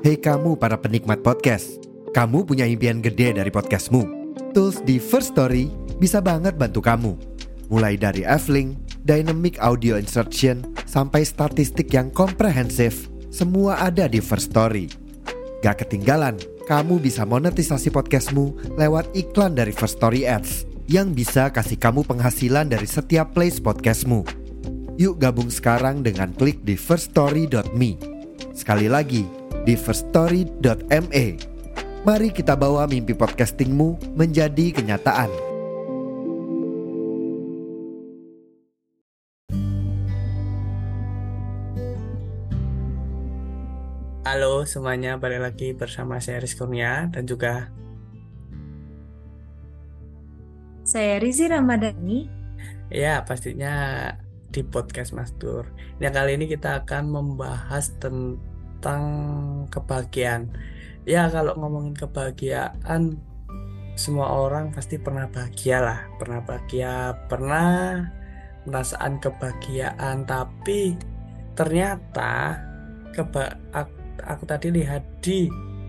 Hei kamu para penikmat podcast, kamu punya impian gede dari podcastmu. Tools di First Story bisa banget bantu kamu. Mulai dari F-Link, Dynamic Audio Insertion, sampai statistik yang komprehensif, semua ada di First Story. Gak ketinggalan, kamu bisa monetisasi podcastmu lewat iklan dari First Story Ads yang bisa kasih kamu penghasilan dari setiap plays podcastmu. Yuk gabung sekarang dengan klik di firststory.me. Sekali lagi, di firststory.me. Mari kita bawa mimpi podcastingmu menjadi kenyataan. Halo semuanya, balik lagi bersama saya Rizky Kurnia dan juga Saya Rizi Ramadhani. ya pastinya di podcast Mas Dur. Yang kali ini kita akan membahas tentang kebahagiaan. Ya kalau ngomongin kebahagiaan, semua orang pasti pernah bahagia lah. Pernah bahagia, pernah merasakan kebahagiaan. Tapi ternyata aku tadi lihat di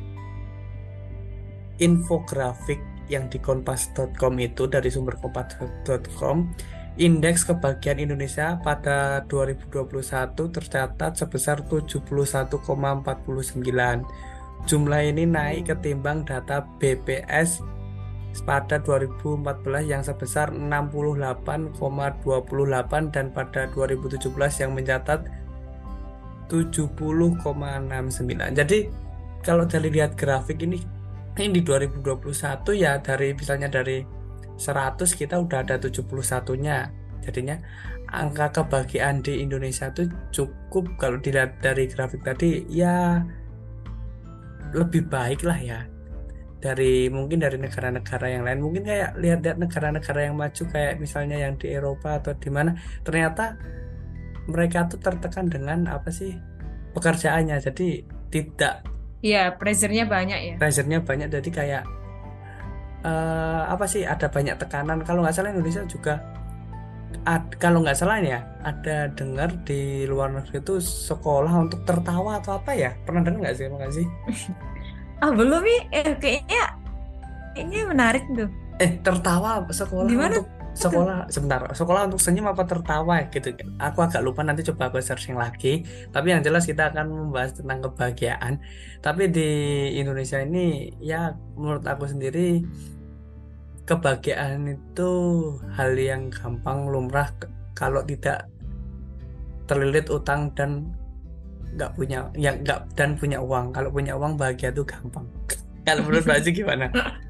infografik yang di kompas.com itu, dari sumber kompas.com, indeks kebahagiaan Indonesia pada 2021 tercatat sebesar 71,49. Jumlah ini naik ketimbang data BPS pada 2014 yang sebesar 68,28 dan pada 2017 yang mencatat 70,69. Jadi kalau dilihat grafik ini di 2021 ya, misalnya dari 100 kita udah ada 71-nya. Jadinya angka kebahagiaan di Indonesia itu cukup, kalau dilihat dari grafik tadi ya lebih baik lah ya mungkin dari negara-negara yang lain. Mungkin kayak lihat negara-negara yang maju kayak misalnya yang di Eropa atau di mana, ternyata mereka tuh tertekan dengan pekerjaannya. Jadi tidak, Ya, pressure-nya banyak ya. pressure-nya banyak, jadi kayak ada banyak tekanan. Kalau nggak salah Indonesia juga kalau nggak salah ya, ada dengar di luar negeri itu sekolah untuk tertawa atau apa ya, pernah dengar nggak sih? Makasih. Belum nih. Kayaknya ini menarik tuh. Tertawa sekolah Gimana untuk sekolah untuk senyum apa tertawa gitu. Aku agak lupa, nanti coba aku searching lagi. Tapi yang jelas kita akan membahas tentang kebahagiaan. Tapi di Indonesia ini ya, menurut aku sendiri kebahagiaan itu hal yang gampang, lumrah kalau tidak terlilit utang dan punya uang. Kalau punya uang bahagia itu gampang. Kalau menurut Mbak Aziz gimana?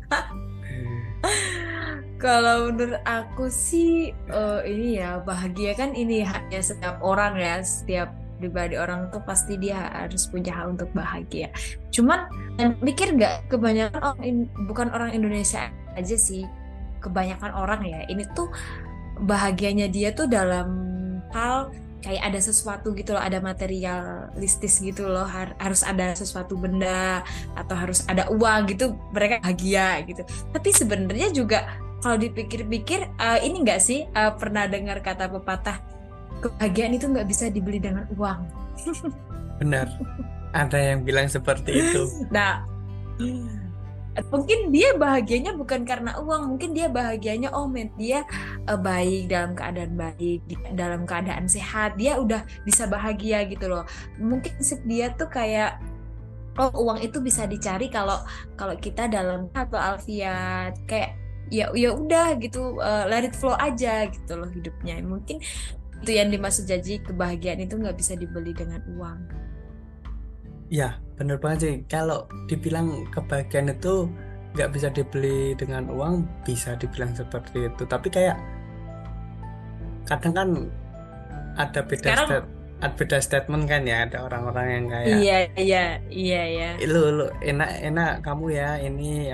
Kalau menurut aku sih ini ya, bahagia kan ini haknya setiap orang ya. Setiap pribadi orang tuh pasti dia harus punya hak untuk bahagia. Cuman mikir nggak, kebanyakan bukan orang Indonesia aja sih, kebanyakan orang ya ini tuh bahagianya dia tuh dalam hal kayak ada sesuatu gitu loh, ada materialistis gitu loh, harus ada sesuatu benda atau harus ada uang gitu mereka bahagia gitu. Tapi sebenarnya juga kalau dipikir-pikir ini nggak sih, pernah dengar kata pepatah kebahagiaan itu nggak bisa dibeli dengan uang. Benar, ada yang bilang seperti itu. Nah, mungkin dia bahagianya bukan karena uang, mungkin dia bahagianya dia baik, dalam keadaan sehat, dia udah bisa bahagia gitu loh. Mungkin dia tuh kayak uang itu bisa dicari kalau kita dalam atau alfiat, kayak ya udah gitu, let it flow aja gitu loh hidupnya. Mungkin itu yang dimaksud janji kebahagiaan itu nggak bisa dibeli dengan uang. Ya, bener banget sih. Kalau dibilang kebahagiaan itu nggak bisa dibeli dengan uang, bisa dibilang seperti itu. Tapi kayak kadang kan ada beda statement kan ya. Ada orang-orang yang kayak, iya. lu enak kamu ya, ini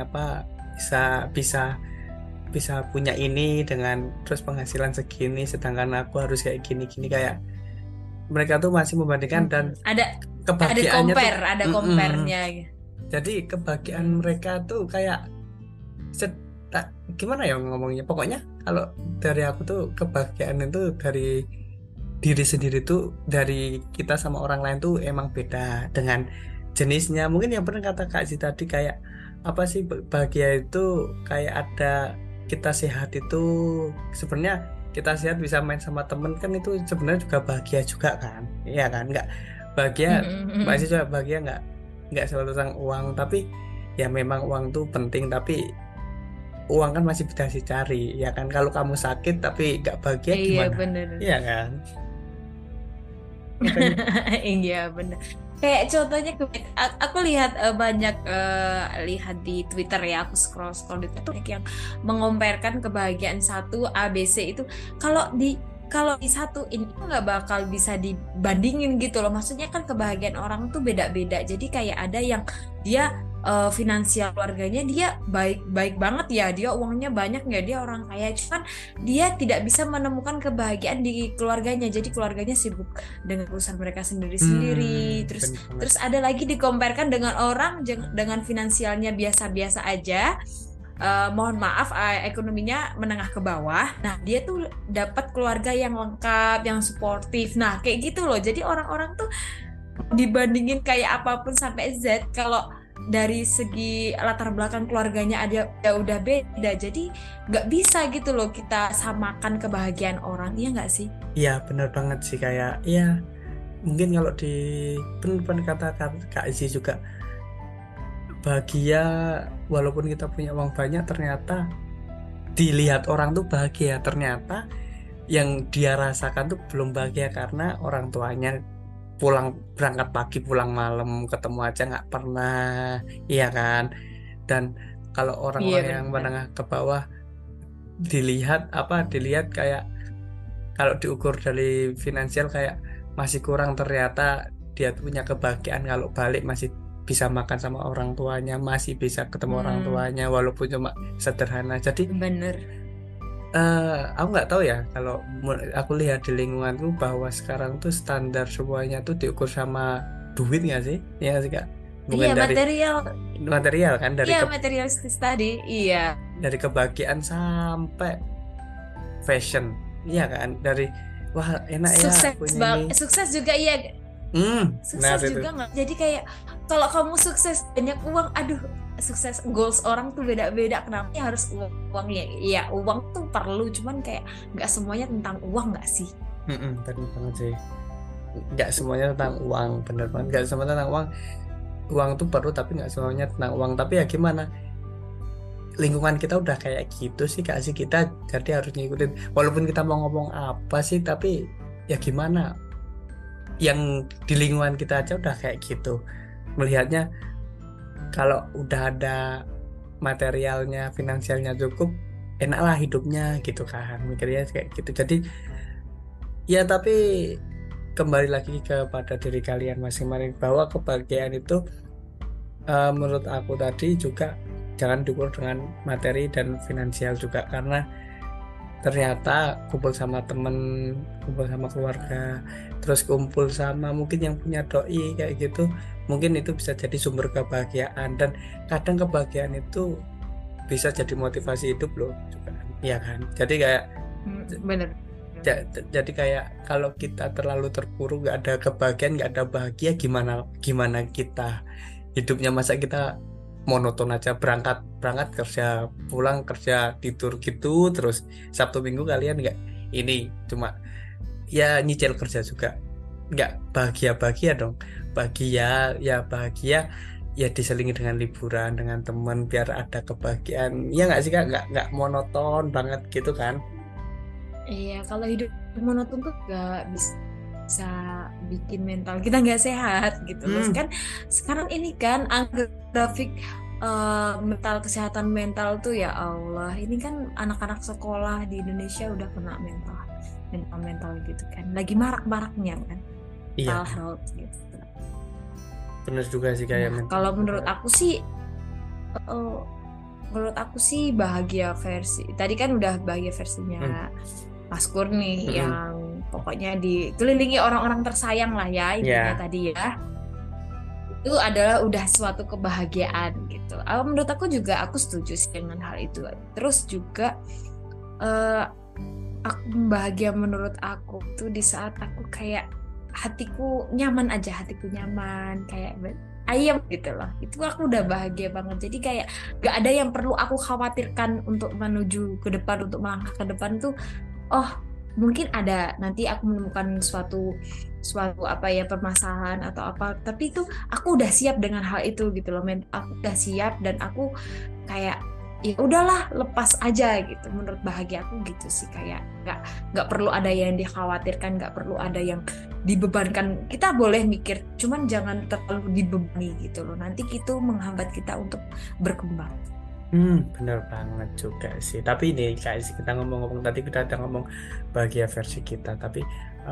bisa punya ini dengan terus penghasilan segini, sedangkan aku harus kayak gini-gini. Kayak mereka tuh masih membandingkan dan ada kebahagiaannya ada compare-nya. Jadi kebahagiaan mereka tuh kayak gimana ya ngomongnya, pokoknya kalau dari aku tuh kebahagiaan itu dari diri sendiri tuh, dari kita sama orang lain tuh emang beda. Dengan jenisnya. Mungkin yang pernah kata Kak Ji tadi kayak apa sih bahagia itu kayak ada kita sehat itu sebenarnya kita sehat bisa main sama temen kan itu sebenarnya juga bahagia juga kan, iya kan? Nggak bahagia masih juga bahagia nggak selalu tentang uang tapi ya memang uang tuh penting tapi uang kan masih bisa dicari ya kan. Kalau kamu sakit tapi nggak bahagia Iya gimana? bener. Iya kan? Makanya Iya bener. Kayak contohnya aku lihat banyak lihat di Twitter ya, aku scroll scroll di Twitter banyak yang mengomparkan kebahagiaan satu ABC itu kalau di satu ini nggak bakal bisa dibandingin gitu loh. Maksudnya kan kebahagiaan orang tuh beda-beda. Jadi kayak ada yang dia finansial keluarganya dia baik-baik banget ya, dia uangnya banyak ya, dia orang kaya, cuman dia tidak bisa menemukan kebahagiaan di keluarganya. Jadi keluarganya sibuk dengan urusan mereka sendiri-sendiri. bener banget. Terus ada lagi dikomparkan dengan orang dengan finansialnya biasa-biasa aja. Mohon maaf, ekonominya menengah ke bawah. Nah, dia tuh dapat keluarga yang lengkap, yang suportif. Nah, kayak gitu loh. Jadi orang-orang tuh dibandingin kayak apapun sampai Z, kalau dari segi latar belakang keluarganya ada ya udah beda. Jadi nggak bisa gitu loh kita samakan kebahagiaan orang, iya nggak sih? Iya bener banget sih kayak ya mungkin kalau di bener kata Kak Izzy juga bahagia walaupun kita punya uang banyak ternyata dilihat orang tuh bahagia ternyata yang dia rasakan tuh belum bahagia karena orang tuanya berangkat pagi pulang malam ketemu aja nggak pernah, iya kan? Dan kalau Iya orang-orang yang benar. menengah ke bawah dilihat kayak kalau diukur dari finansial kayak masih kurang ternyata dia tuh punya kebahagiaan kalau balik masih bisa makan sama orang tuanya, masih bisa ketemu orang tuanya walaupun cuma sederhana. Jadi Bener. aku nggak tahu ya kalau aku lihat di lingkunganku bahwa sekarang tuh standar semuanya tuh diukur sama duit nggak sih? Ya nggak sih Kak? Mungkin Iya dari material. material kan, Iya materialistis tadi. Iya. dari kebahagiaan sampai fashion, iya kan? Dari wah enak ya punya ini. Sukses juga iya. Benar Sukses itu. juga nggak. Jadi kayak kalau kamu sukses banyak uang, aduh, sukses goals orang tuh beda-beda. Kenapa ya harus uang ya? Iya uang tuh perlu, cuman kayak nggak semuanya tentang uang nggak sih? Benar banget sih. Nggak semuanya tentang uang, bener banget. Nggak semuanya tentang uang. Uang tuh perlu tapi nggak semuanya tentang uang. Tapi ya gimana? Lingkungan kita udah kayak gitu sih Kak sih kita jadi harus ngikutin. Walaupun kita mau ngomong apa sih, tapi ya gimana? Yang di lingkungan kita aja udah kayak gitu. Melihatnya kalau udah ada materialnya, finansialnya cukup, enaklah hidupnya gitu kan. Mikirnya kayak gitu. Jadi ya tapi kembali lagi kepada diri kalian masing-masing bahwa kebahagiaan itu menurut aku tadi juga jangan diukur dengan materi dan finansial juga karena ternyata kumpul sama temen, kumpul sama keluarga, terus kumpul sama mungkin yang punya doi kayak gitu, mungkin itu bisa jadi sumber kebahagiaan dan kadang kebahagiaan itu bisa jadi motivasi hidup loh juga, ya kan? Jadi kayak Bener. jadi kayak kalau kita terlalu terpuruk nggak ada kebahagiaan nggak ada bahagia gimana kita hidupnya masa kita monoton aja berangkat berangkat kerja pulang kerja tidur gitu terus Sabtu Minggu kalian nggak ini cuma ya nyicil kerja juga nggak bahagia dong. Bahagia ya diselingi dengan liburan dengan teman biar ada kebahagiaan ya nggak sih Kak nggak monoton banget gitu kan. Iya, kalau hidup monoton tuh gak bisa bikin mental kita nggak sehat gitu loh. Kan sekarang ini kan angka grafik mental kesehatan mental tuh ya Allah, ini kan anak-anak sekolah di Indonesia udah kena mental gitu kan. Lagi marak-maraknya kan Iya mental health gitu. bener juga sih kayak Nah, kalau menurut aku sih bahagia versi tadi kan udah bahagia versinya Mas Kur nih yang pokoknya dikelilingi orang-orang tersayang lah ya intinya tadi ya, itu adalah udah suatu kebahagiaan gitu. Menurut aku juga aku setuju sih dengan hal itu. Terus juga aku bahagia menurut aku tuh di saat aku kayak hatiku nyaman aja, hatiku nyaman kayak ayam gitu loh. Itu aku udah bahagia banget. Jadi kayak gak ada yang perlu aku khawatirkan untuk menuju ke depan, untuk melangkah ke depan tuh. Oh, mungkin ada nanti aku menemukan suatu suatu apa ya permasalahan atau apa. Tapi itu aku udah siap dengan hal itu gitu loh, men. Aku udah siap dan aku kayak ya udahlah lepas aja gitu. Menurut bahagia aku gitu sih, kayak nggak perlu ada yang dikhawatirkan, nggak perlu ada yang dibebankan. Kita boleh mikir, cuman jangan terlalu dibebani gitu loh. Nanti itu menghambat kita untuk berkembang. Bener banget juga sih. Tapi ini kayak sih kita ngomong-ngomong tadi kita ada ngomong bahagia versi kita. Tapi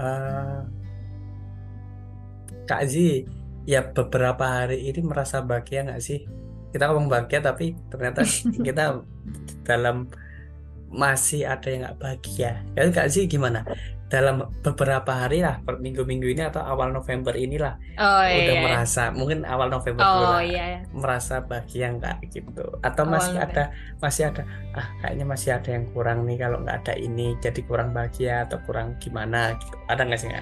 Kak Zi, ya beberapa hari ini merasa bahagia nggak sih? Kita ngomong bahagia tapi ternyata kita dalam masih ada yang nggak bahagia. Ya Kak Zi gimana? Dalam beberapa hari lah, per minggu-minggu ini atau awal November inilah, Oh udah iya. merasa mungkin awal November dulu Oh lah, iya. merasa bahagia nggak gitu? Atau Awal November. masih ada, kayaknya masih ada yang kurang nih kalau nggak ada ini, jadi kurang bahagia atau kurang gimana gitu? Ada nggak sih nggak?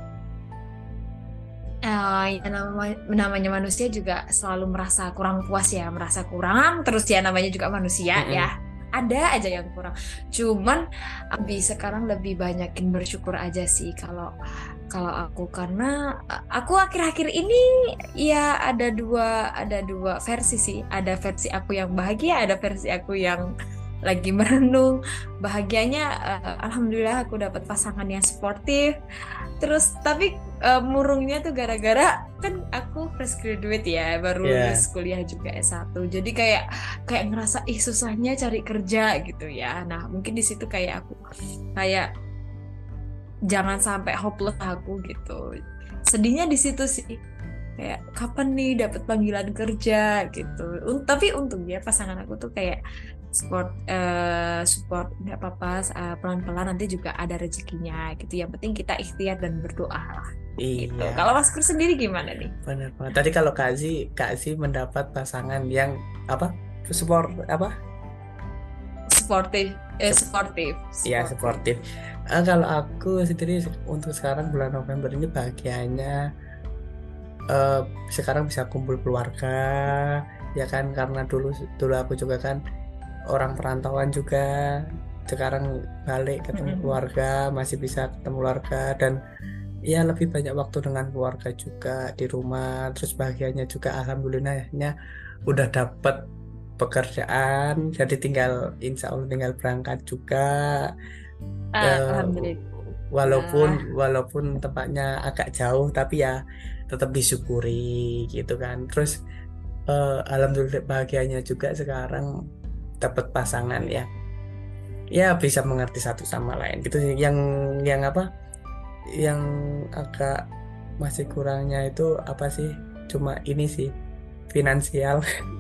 Ya namanya manusia juga selalu merasa kurang puas ya, merasa kurang terus ya, namanya juga manusia Mm-mm. ya. Ada aja yang kurang. Cuman lebih sekarang lebih banyakin bersyukur aja sih kalau kalau aku, karena aku akhir-akhir ini ya ada dua versi sih. Ada versi aku yang bahagia, ada versi aku yang lagi merenung. Bahagianya alhamdulillah aku dapat pasangan yang sportif. Terus tapi murungnya tuh gara-gara kan aku fresh graduate ya, baru Ya. lulus kuliah juga S1. Jadi kayak ngerasa susahnya cari kerja gitu ya. Nah, mungkin di situ kayak aku kayak jangan sampai hopeless aku gitu. Sedihnya di situ sih. Kayak kapan nih dapat panggilan kerja gitu. Tapi untungnya pasangan aku tuh kayak support nggak apa-apa, pelan-pelan nanti juga ada rezekinya gitu. Yang penting kita ikhtiar dan berdoa lah gitu. Iya, Kalau Mas Kur sendiri gimana nih? benar banget. Tadi kalau Kak Zi mendapat pasangan yang apa? Support apa? Sportif, Sup- sportif, Ya, sportif. suportif. Kalau aku sendiri untuk sekarang bulan November ini bahagianya eh, sekarang bisa kumpul keluarga, ya kan? Karena dulu dulu aku juga kan orang perantauan juga. Sekarang balik ketemu Mm-mm. keluarga, masih bisa ketemu keluarga dan ya lebih banyak waktu dengan keluarga juga di rumah. Terus bahagianya juga alhamdulillahnya udah dapet pekerjaan, jadi tinggal insya Allah tinggal berangkat juga. Eh, walaupun Alhamdulillah. walaupun tempatnya agak jauh tapi ya tetap disyukuri gitu kan. Terus alhamdulillah bahagianya juga sekarang dapat pasangan ya, ya bisa mengerti satu sama lain gitu sih. Yang apa, yang agak masih kurangnya itu apa sih, cuma ini sih, finansial.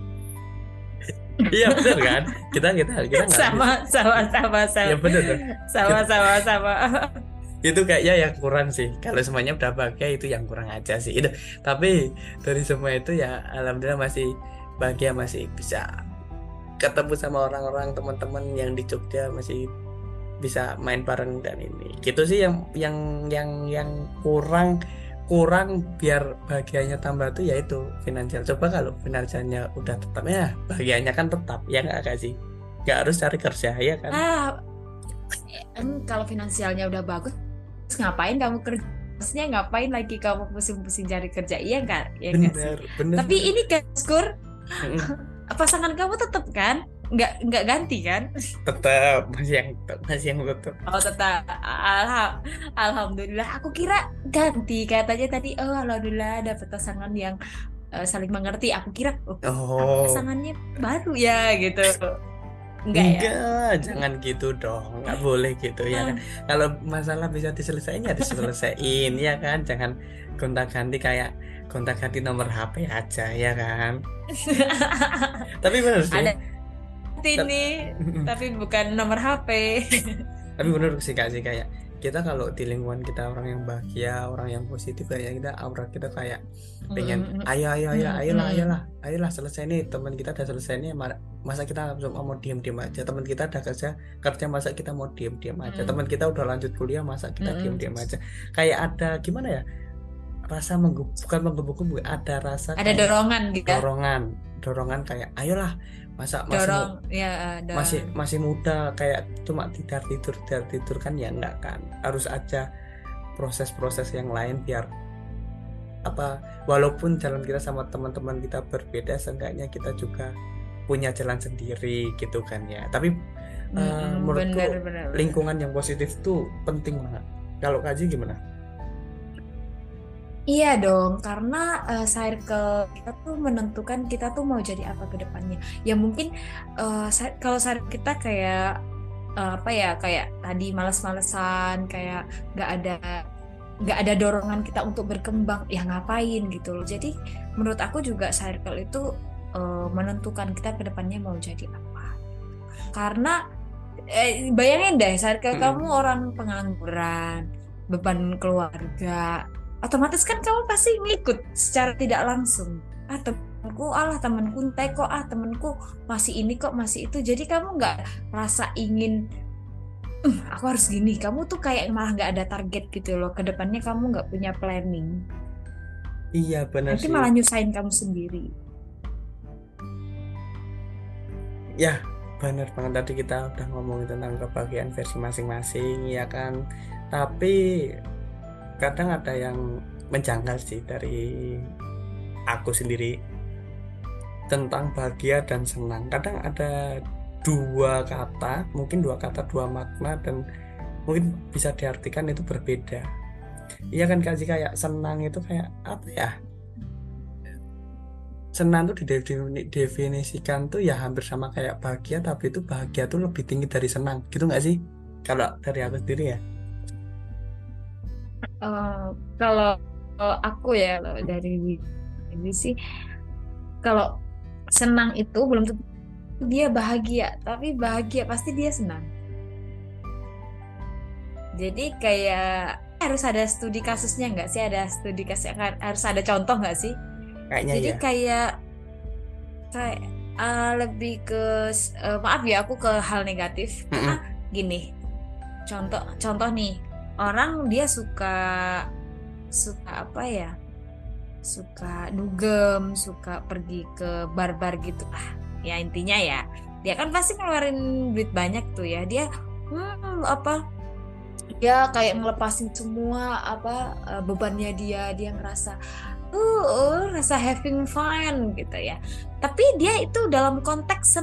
Iya bener kan, kita kita kita nggak bisa. Sama, sama, sama, Ya sama, bener tuh. sama, sama, sama. Itu kayaknya yang kurang sih, kalau semuanya udah bahagia itu yang kurang aja sih itu. Tapi dari semua itu ya alhamdulillah masih bahagia, masih bisa ketemu sama orang-orang teman-teman yang di Jogja, masih bisa main bareng dan ini gitu sih yang kurang kurang biar bahagianya tambah tuh yaitu finansial. Coba kalau finansialnya udah tetap ya bahagianya kan tetap, ya nggak sih, nggak harus cari kerja ya kan. Ah, kalau finansialnya udah bagus, terus ngapain kamu kerja? Maksudnya ngapain lagi kamu pusing-pusing cari kerja? Iya nggak? Iya nggak sih? Bener bener Tapi bener. ini kan, Skur, Mm-mm. pasangan kamu tetap kan? Nggak ganti kan? Tetap masih yang tetap. Oh tetap. Alhamdulillah. Aku kira ganti. Katanya tadi, oh alhamdulillah dapet pasangan yang saling mengerti. Aku kira, oh, apa Oh, pasangannya baru ya gitu. Enggak ya? enggak, jangan gitu dong, nggak boleh gitu ya kan. Kalau masalah bisa diselesaikan ya diselesaikan ya kan, jangan gonta-ganti kayak gonta-ganti nomor HP aja ya kan. Tapi bener sih. Ada Ta- ini, tapi bukan nomor HP. Tapi bener sih Kak sih, kayak kita kalau di lingkungan kita orang yang bahagia, orang yang positif, kayak kita aura kita kayak pengen ayo ayo ayo ayolah ayolah ayolah selesai nih, teman kita udah selesai nih, masa kita cuma mau diem diem aja, teman kita udah kerja kerja masa kita mau diem diem aja, teman kita udah lanjut kuliah masa kita diem diem aja, kayak ada gimana ya, rasa bukan menggebu-gebu, ada rasa Ada kayak dorongan gitu ya. dorongan kayak ayolah, masa Dorong ya, masih dorong. masih muda kayak cuma tidar tidur kan, ya enggak kan, harus aja proses-proses yang lain biar apa, walaupun jalan kita sama teman-teman kita berbeda, seenggaknya kita juga punya jalan sendiri gitu kan ya. Tapi Bener, menurutku bener, bener. lingkungan yang positif tuh penting banget. Kalau Kaji gimana? Iya dong, karena circle kita tuh menentukan kita tuh mau jadi apa ke depannya. Ya mungkin kalau circle kita kayak apa ya, kayak tadi malas-malesan, kayak nggak ada nggak ada dorongan kita untuk berkembang, ya ngapain gitu loh. Jadi menurut aku juga circle itu menentukan kita ke depannya mau jadi apa. Karena bayangin deh, circle kamu Mm-mm. orang pengangguran, beban keluarga, otomatis kan kamu pasti ngikut secara tidak langsung. Ah, temanku, alah temanku entek kok, ah temanku masih ini kok, masih itu. Jadi kamu nggak rasa ingin, aku harus gini. Kamu tuh kayak malah nggak ada target gitu loh. Kedepannya kamu nggak punya planning. Iya benar Nanti sih. malah nyusahin kamu sendiri. Ya, benar banget, tadi kita udah ngomongin tentang kebahagiaan versi masing-masing ya kan. Tapi kadang ada yang menjanggal sih dari aku sendiri tentang bahagia dan senang. Kadang ada dua kata, mungkin dua kata, dua makna, dan mungkin bisa diartikan itu berbeda. Iya kan Kak, Ji, kayak senang itu kayak apa ya? Senang tuh didefinisikan tuh ya hampir sama kayak bahagia, tapi itu bahagia tuh lebih tinggi dari senang, gitu nggak sih? Kalau dari aku sendiri ya. Eh, kalau aku ya loh, dari ini sih, kalau senang itu belum tentu dia bahagia, tapi bahagia pasti dia senang. Jadi kayak harus ada studi kasusnya nggak sih? Ada studi kasus, harus ada contoh nggak sih? Kayaknya Jadi ya. kayak lebih ke maaf ya, aku ke hal negatif. Mm-mm. Gini, contoh nih, orang dia suka suka apa ya? Suka dugem, suka pergi ke bar-bar gitu. Ya intinya ya, dia kan pasti ngeluarin duit banyak tuh ya. Dia apa? Dia kayak ngelepasin semua apa bebannya dia ngerasa rasa having fun gitu ya. Tapi dia itu dalam konteks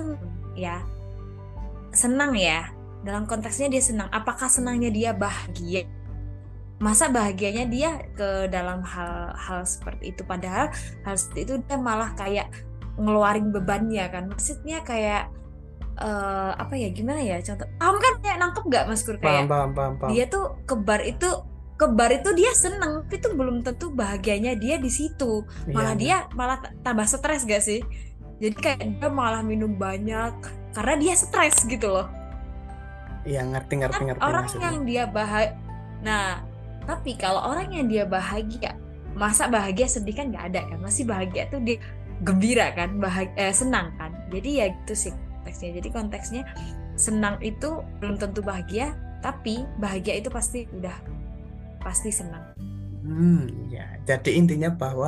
senang ya. Dalam konteksnya dia senang. Apakah senangnya dia bahagia? Masa bahagianya dia ke dalam hal-hal seperti itu? Padahal hal seperti itu dia malah kayak ngeluarin bebannya kan. Maksudnya kayak apa ya, gimana ya, contoh paham kan, kayak nangkep nggak Mas Kur, Paham, kayak paham, paham, paham. dia tuh ke bar itu dia seneng, tapi itu belum tentu bahagianya dia di situ, Iya, malah dia malah tambah stres gak sih? Jadi kayak dia malah minum banyak karena dia stres gitu loh. iya, ngerti, ngerti, Kan ngerti orang maksudnya. yang dia bahagia, nah tapi kalau orang yang dia bahagia, masa bahagia sedih kan nggak ada kan, masih bahagia tuh dia gembira kan, senang kan. Jadi ya gitu sih konteksnya. Jadi konteksnya senang itu belum tentu bahagia, tapi bahagia itu pasti senang. Ya. Jadi intinya bahwa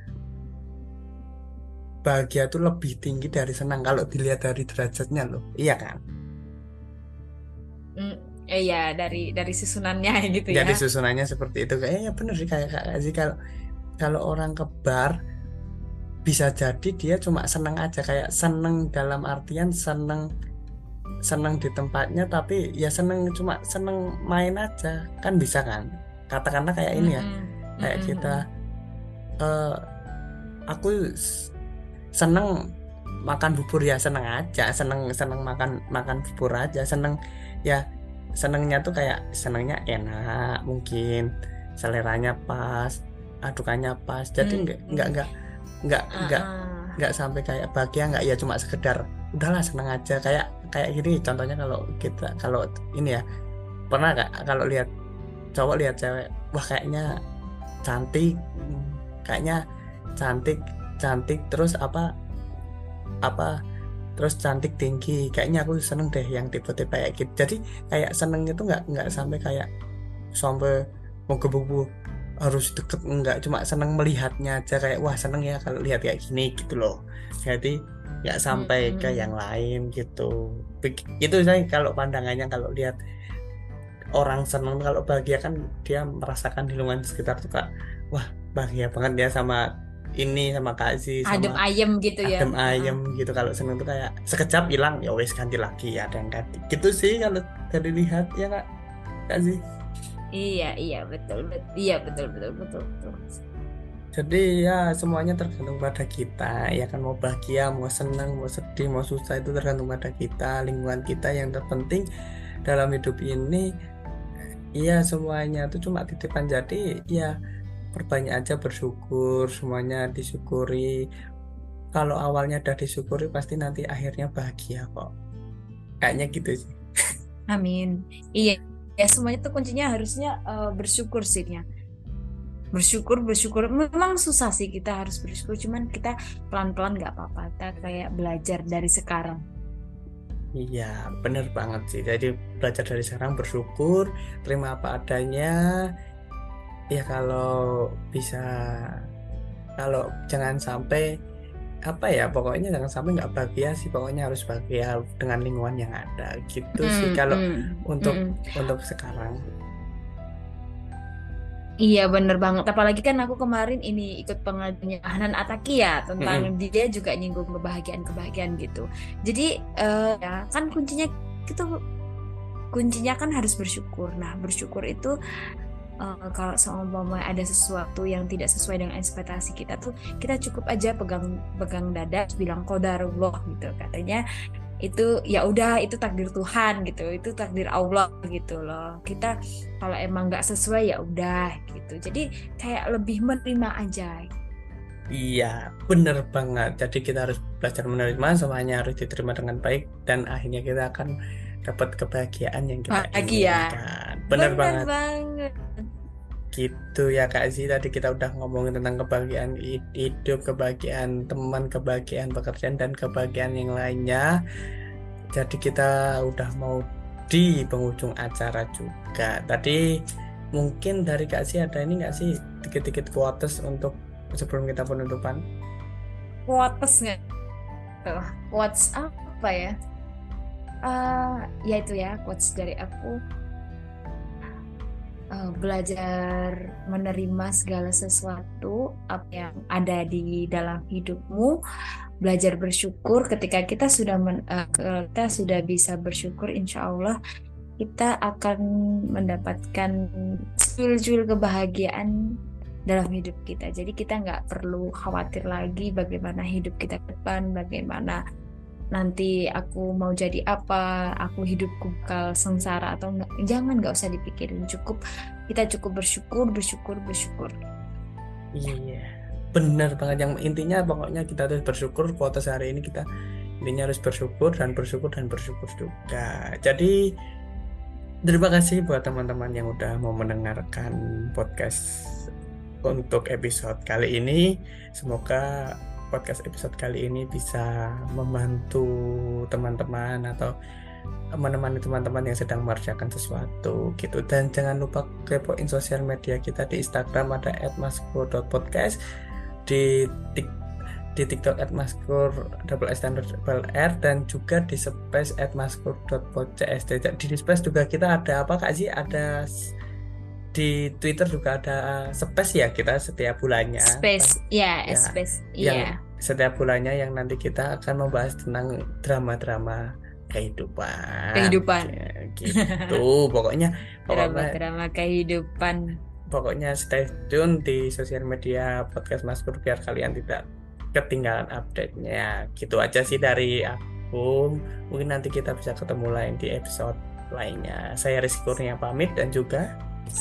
bahagia tuh lebih tinggi dari senang kalau dilihat dari derajatnya loh. Iya kan? Hmm, ya dari susunannya gitu ya. Jadi susunannya seperti itu. Kayaknya bener sih kayak Kak Aziz, kalau kalau orang ke bar bisa jadi dia cuma seneng aja, kayak seneng dalam artian seneng seneng di tempatnya, tapi ya seneng cuma seneng main aja kan, bisa kan? Katakanlah kayak ini ya, Mm-mm, kayak kita mm-mm, eh, aku seneng makan bubur, ya seneng aja, seneng seneng makan makan bubur aja, seneng ya, senengnya tuh kayak senengnya enak, mungkin seleranya pas, adukannya pas, jadi mm-mm. nggak Uh-uh. nggak sampai kayak bahagia, nggak, ya cuma sekedar udahlah seneng aja, kayak kayak gini contohnya. Kalau kita, kalau ini ya, pernah nggak kalau lihat cowok lihat cewek, wah kayaknya cantik, kayaknya cantik cantik terus apa terus cantik tinggi, kayaknya aku seneng deh yang tipe-tipe kayak gitu. Jadi kayak seneng itu nggak sampai kayak sampai menggebu-gebu harus deket, enggak, cuma seneng melihatnya aja, kayak wah seneng ya kalau lihat kayak gini gitu loh. Jadi nggak sampai ke yang lain gitu. Itu saya kalau pandangannya, kalau lihat orang seneng, kalau bahagia kan dia merasakan di lingkungan sekitar tuh kak, wah bahagia banget ya sama ini, sama kasih, sama Adem ayem gitu ya. adem ayem gitu. Kalau seneng tuh kayak sekejap hilang, ya wes ganti lagi, ada yang ganti gitu sih kalau dari lihat ya kak, kak sih. Iya, iya betul, iya betul, betul, betul, betul. Jadi ya semuanya tergantung pada kita ya kan, mau bahagia, mau senang, mau sedih, mau susah, itu tergantung pada kita, lingkungan kita. Yang terpenting dalam hidup ini iya semuanya itu cuma titipan, jadi ya perbanyak aja bersyukur, semuanya disyukuri. Kalau awalnya udah disyukuri pasti nanti akhirnya bahagia kok, kayaknya gitu sih. Amin. Iya, ya semuanya tuh kuncinya harusnya bersyukur sih ya. Bersyukur, bersyukur. Memang susah sih, kita harus bersyukur. Cuman kita pelan-pelan nggak apa-apa. Kita kayak belajar dari sekarang. Iya bener banget sih, jadi belajar dari sekarang, bersyukur, terima apa adanya ya. Kalau bisa, kalau jangan sampai apa ya, pokoknya jangan sampai nggak bahagia sih, pokoknya harus bahagia dengan lingkungan yang ada gitu sih kalau untuk sekarang. Iya bener banget. Apalagi kan aku kemarin ini ikut pengajiannya Hanan Ataki ya, tentang dia juga nyinggung kebahagiaan-kebahagiaan gitu. Jadi ya kan kuncinya kan harus bersyukur. Nah bersyukur itu kalau seumpama ada sesuatu yang tidak sesuai dengan ekspektasi kita tuh, kita cukup aja pegang dada, bilang qadarullah gitu, katanya itu ya udah, itu takdir Tuhan gitu, itu takdir Allah gitu loh. Kita kalau emang nggak sesuai ya udah gitu, jadi kayak lebih menerima aja. Iya bener banget, jadi kita harus belajar menerima, semuanya harus diterima dengan baik, dan akhirnya kita akan dapat kebahagiaan yang kita inginkan. Bener banget gitu ya Kak Zi. Tadi kita udah ngomongin tentang kebahagiaan hidup, kebahagiaan teman, kebahagiaan pekerjaan, dan kebahagiaan yang lainnya. Jadi kita udah mau di penghujung acara juga. Tadi mungkin dari Kak Zi ada ini nggak sih, dikit-dikit quotes untuk sebelum kita penutupan? Quotes nggak? Quotes apa ya? Ya itu ya, quotes dari aku. Belajar menerima segala sesuatu apa yang ada di dalam hidupmu, belajar bersyukur. Ketika kita sudah bisa bersyukur, insya Allah kita akan mendapatkan cuil-cuil kebahagiaan dalam hidup kita. Jadi kita nggak perlu khawatir lagi bagaimana hidup kita ke depan, bagaimana nanti aku mau jadi apa, aku hidupku bakal sengsara atau enggak. Nggak usah dipikirin, kita cukup bersyukur. Iya benar banget, yang intinya pokoknya kita harus bersyukur. Quotes hari ini kita intinya harus bersyukur dan bersyukur dan bersyukur juga. Jadi terima kasih buat teman-teman yang udah mau mendengarkan podcast untuk episode kali ini. Semoga podcast episode kali ini bisa membantu teman-teman atau menemani teman-teman yang sedang mengerjakan sesuatu gitu. Dan jangan lupa kepoin sosial media kita. Di Instagram ada @maskur.podcast, di TikTok @maskur_r, dan juga di Space @maskur.podcast. Di Space juga kita ada apa Kak sih? Ada di Twitter juga ada Space ya, kita setiap bulannya. Space ya. Space yang setiap bulannya, yang nanti kita akan membahas tentang drama-drama kehidupan ya, gitu. pokoknya drama kehidupan. Pokoknya stay tune di sosial media podcast Maskur biar kalian tidak ketinggalan update-nya. Gitu aja sih dari aku. Mungkin nanti kita bisa ketemu lain di episode lainnya. Saya Rizky Kurnia pamit, dan juga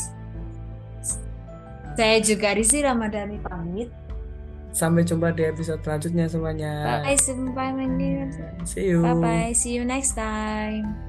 saya juga Rizky Ramadhani pamit. Sampai jumpa di episode selanjutnya semuanya. Bye, See you. bye bye, see you next time.